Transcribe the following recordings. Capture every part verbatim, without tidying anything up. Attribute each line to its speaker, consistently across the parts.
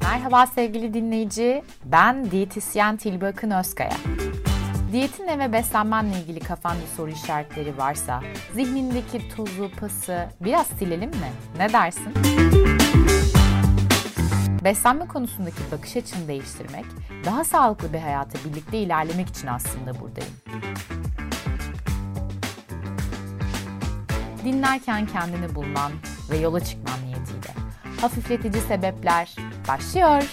Speaker 1: Merhaba sevgili dinleyici, ben diyetisyen Tilbe Akın Özkaya. Diyetinle ve beslenmenle ilgili kafanda soru işaretleri varsa, zihnindeki tozu, pası biraz silelim mi? Ne dersin? Beslenme konusundaki bakış açını değiştirmek, daha sağlıklı bir hayata birlikte ilerlemek için aslında buradayım. Dinlerken kendini bulman ve yola çıkman niyetiyle. Hafifletici sebepler başlıyor.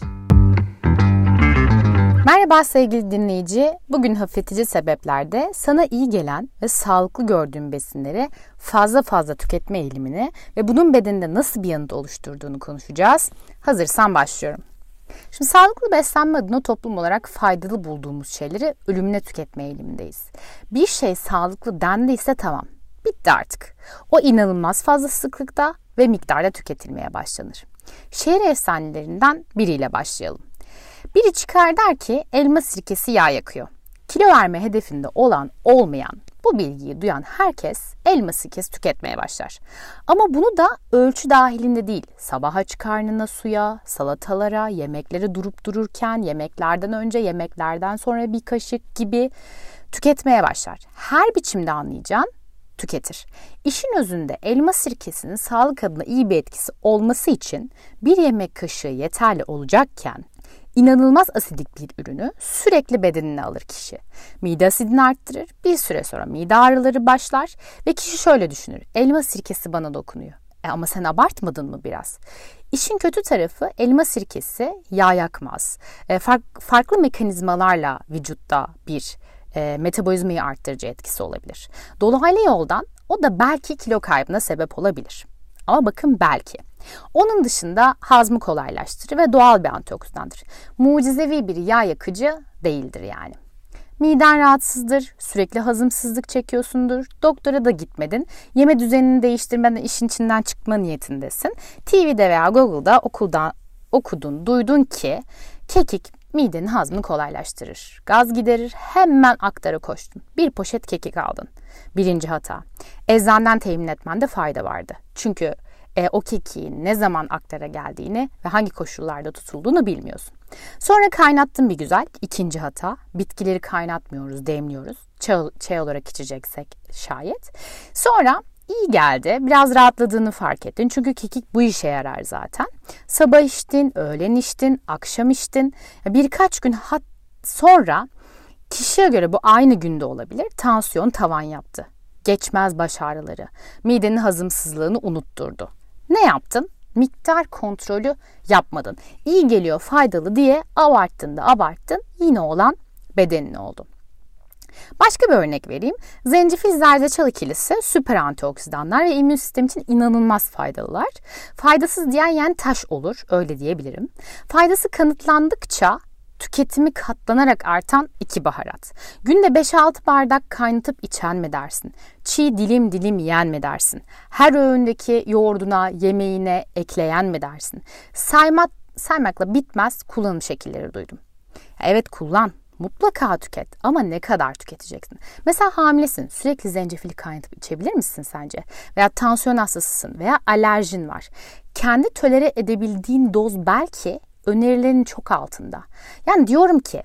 Speaker 1: Merhaba sevgili dinleyici. Bugün hafifletici sebeplerde sana iyi gelen ve sağlıklı gördüğün besinleri fazla fazla tüketme eğilimini ve bunun bedeninde nasıl bir yanıt oluşturduğunu konuşacağız. Hazırsan başlıyorum. Şimdi sağlıklı beslenme adına toplum olarak faydalı bulduğumuz şeyleri ölümüne tüketme eğilimindeyiz. Bir şey sağlıklı dendiyse tamam, bitti artık. O inanılmaz fazla sıklıkta ve miktarda tüketilmeye başlanır. Şehir efsanelerinden biriyle başlayalım. Biri çıkar der ki elma sirkesi yağ yakıyor. Kilo verme hedefinde olan olmayan bu bilgiyi duyan herkes elma sirkesi tüketmeye başlar. Ama bunu da ölçü dahilinde değil, sabah aç karnına suya, salatalara, yemekleri durup dururken, yemeklerden önce, yemeklerden sonra bir kaşık gibi tüketmeye başlar. Her biçimde anlayacağın tüketir. İşin özünde elma sirkesinin sağlık adına iyi bir etkisi olması için bir yemek kaşığı yeterli olacakken inanılmaz asidik bir ürünü sürekli bedenine alır kişi. Mide asidini arttırır, bir süre sonra mide ağrıları başlar ve kişi şöyle düşünür: elma sirkesi bana dokunuyor. E ama sen abartmadın mı biraz? İşin kötü tarafı elma sirkesi yağ yakmaz. E, fark, farklı mekanizmalarla vücutta bir E, metabolizmayı arttırıcı etkisi olabilir. Dolaylı yoldan o da belki kilo kaybına sebep olabilir. Ama bakın belki. Onun dışında hazmı kolaylaştırır ve doğal bir antioksidandır. Mucizevi bir yağ yakıcı değildir yani. Miden rahatsızdır, sürekli hazımsızlık çekiyorsundur, doktora da gitmedin, yeme düzenini değiştirmeden işin içinden çıkma niyetindesin. T V'de veya Google'da okuldan okudun, duydun ki kekik midenin hazmını kolaylaştırır. Gaz giderir, hemen aktara koştun. Bir poşet kekik aldın. Birinci hata. Eczaneden temin etmende fayda vardı. Çünkü e, o kekiğin ne zaman aktara geldiğini ve hangi koşullarda tutulduğunu bilmiyorsun. Sonra kaynattın bir güzel. İkinci hata. Bitkileri kaynatmıyoruz, demliyoruz. Çay, çay olarak içeceksek şayet. Sonra İyi geldi. Biraz rahatladığını fark ettin. Çünkü kekik bu işe yarar zaten. Sabah içtin, öğlen içtin, akşam içtin. Birkaç gün hat sonra kişiye göre bu aynı günde olabilir. Tansiyon tavan yaptı. Geçmez baş ağrıları. Midenin hazımsızlığını unutturdu. Ne yaptın? Miktar kontrolü yapmadın. İyi geliyor, faydalı diye abarttın da abarttın. Yine olan bedenin oldu. Başka bir örnek vereyim. Zencefil zerdeçal ikilisi süper antioksidanlar ve immün sistem için inanılmaz faydalılar. Faydasız diyen yani taş olur, öyle diyebilirim. Faydası kanıtlandıkça tüketimi katlanarak artan iki baharat. Günde beş altı bardak kaynatıp içen mi dersin? Çiğ dilim dilim yiyen mi dersin? Her öğündeki yoğurduna, yemeğine ekleyen mi dersin? Saymak, saymakla bitmez kullanım şekilleri duydum. Evet, kullan. Mutlaka tüket ama ne kadar tüketeceksin? Mesela hamilesin, sürekli zencefili kaynatıp içebilir misin sence? Veya tansiyon hastasısın veya alerjin var. Kendi tolere edebildiğin doz belki önerilerin çok altında. Yani diyorum ki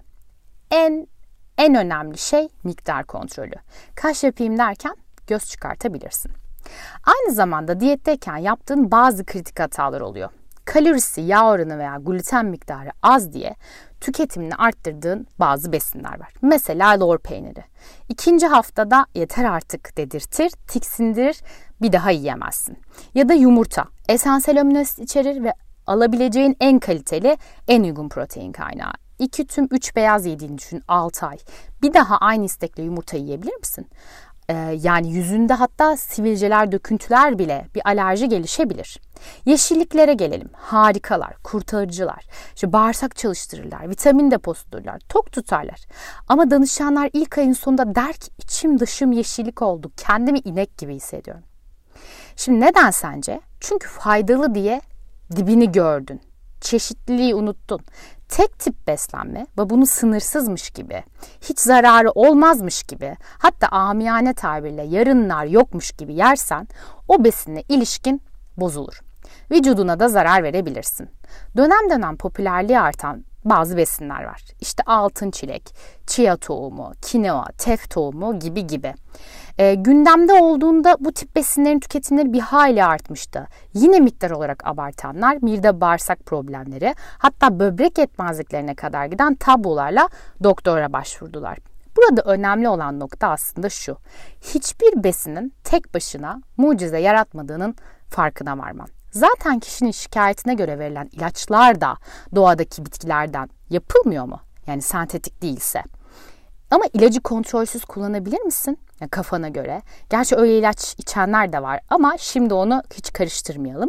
Speaker 1: en en önemli şey miktar kontrolü. Kaş yapayım derken göz çıkartabilirsin. Aynı zamanda diyetteyken yaptığın bazı kritik hatalar oluyor. Kalorisi, yağ oranı veya gluten miktarı az diye tüketimini arttırdığın bazı besinler var. Mesela lor peyniri. İkinci haftada yeter artık dedirtir, tiksindirir, bir daha yiyemezsin. Ya da yumurta. Esansiyel amino asit içerir ve alabileceğin en kaliteli, en uygun protein kaynağı. İki tüm üç beyaz yediğini düşün, altı ay. Bir daha aynı istekle yumurta yiyebilir misin? Ee, yani yüzünde hatta sivilceler, döküntüler bile bir alerji gelişebilir. Yeşilliklere gelelim. Harikalar, kurtarıcılar. İşte bağırsak çalıştırırlar, vitamin deposudurlar, tok tutarlar. Ama danışanlar ilk ayın sonunda der ki içim dışım yeşillik oldu, kendimi inek gibi hissediyorum. Şimdi neden sence? Çünkü faydalı diye dibini gördün. Çeşitliliği unuttun. Tek tip beslenme ve bunu sınırsızmış gibi, hiç zararı olmazmış gibi, hatta amiyane tabirle yarınlar yokmuş gibi yersen o besinle ilişkin bozulur. Vücuduna da zarar verebilirsin. Dönem dönem popülerliği artan bazı besinler var. İşte altın çilek, chia tohumu, kinoa, tef tohumu gibi gibi. E, gündemde olduğunda bu tip besinlerin tüketimleri bir hayli artmıştı. Yine miktar olarak abartanlar mide bağırsak problemleri, hatta böbrek yetmezliklerine kadar giden tablolarla doktora başvurdular. Burada önemli olan nokta aslında şu: hiçbir besinin tek başına mucize yaratmadığının farkına varman. Zaten kişinin şikayetine göre verilen ilaçlar da doğadaki bitkilerden yapılmıyor mu? Yani sentetik değilse. Ama ilacı kontrolsüz kullanabilir misin? Yani kafana göre. Gerçi öyle ilaç içenler de var ama şimdi onu hiç karıştırmayalım.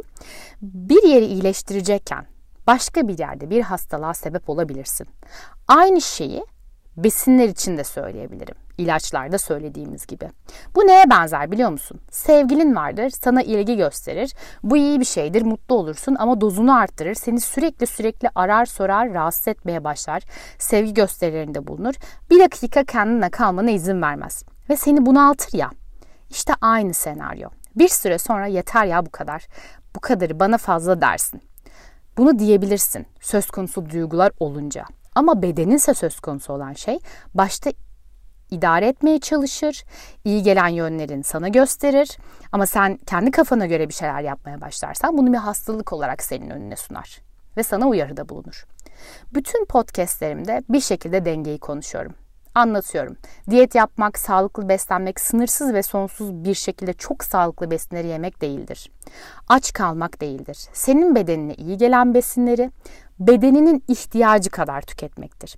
Speaker 1: Bir yeri iyileştirecekken başka bir yerde bir hastalığa sebep olabilirsin. Aynı şeyi besinler için de söyleyebilirim. İlaçlarda söylediğimiz gibi. Bu neye benzer biliyor musun? Sevgilin vardır, sana ilgi gösterir. Bu iyi bir şeydir, mutlu olursun ama dozunu arttırır. Seni sürekli sürekli arar sorar, rahatsız etmeye başlar. Sevgi gösterilerinde bulunur. Bir dakika kendine kalmana izin vermez. Ve seni bunaltır ya. İşte aynı senaryo. Bir süre sonra yeter ya bu kadar. Bu kadarı bana fazla dersin. Bunu diyebilirsin söz konusu duygular olunca. Ama bedeninse söz konusu olan şey başta idare etmeye çalışır, iyi gelen yönlerini sana gösterir ama sen kendi kafana göre bir şeyler yapmaya başlarsan bunu bir hastalık olarak senin önüne sunar ve sana uyarıda bulunur. Bütün podcastlerimde bir şekilde dengeyi konuşuyorum. Anlatıyorum. Diyet yapmak, sağlıklı beslenmek, sınırsız ve sonsuz bir şekilde çok sağlıklı besinleri yemek değildir. Aç kalmak değildir. Senin bedenine iyi gelen besinleri bedeninin ihtiyacı kadar tüketmektir.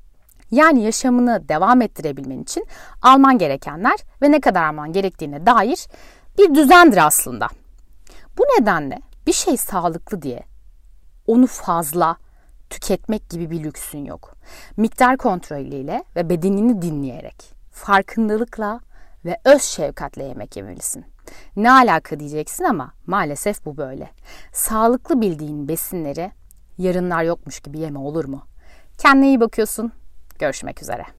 Speaker 1: Yani yaşamını devam ettirebilmen için alman gerekenler ve ne kadar alman gerektiğine dair bir düzendir aslında. Bu nedenle bir şey sağlıklı diye onu fazla tüketmek gibi bir lüksün yok. Miktar kontrolüyle ve bedenini dinleyerek, farkındalıkla ve öz şefkatle yemek yemelisin. Ne alaka diyeceksin ama maalesef bu böyle. Sağlıklı bildiğin besinleri yarınlar yokmuş gibi yeme, olur mu? Kendine iyi bakıyorsun. Görüşmek üzere.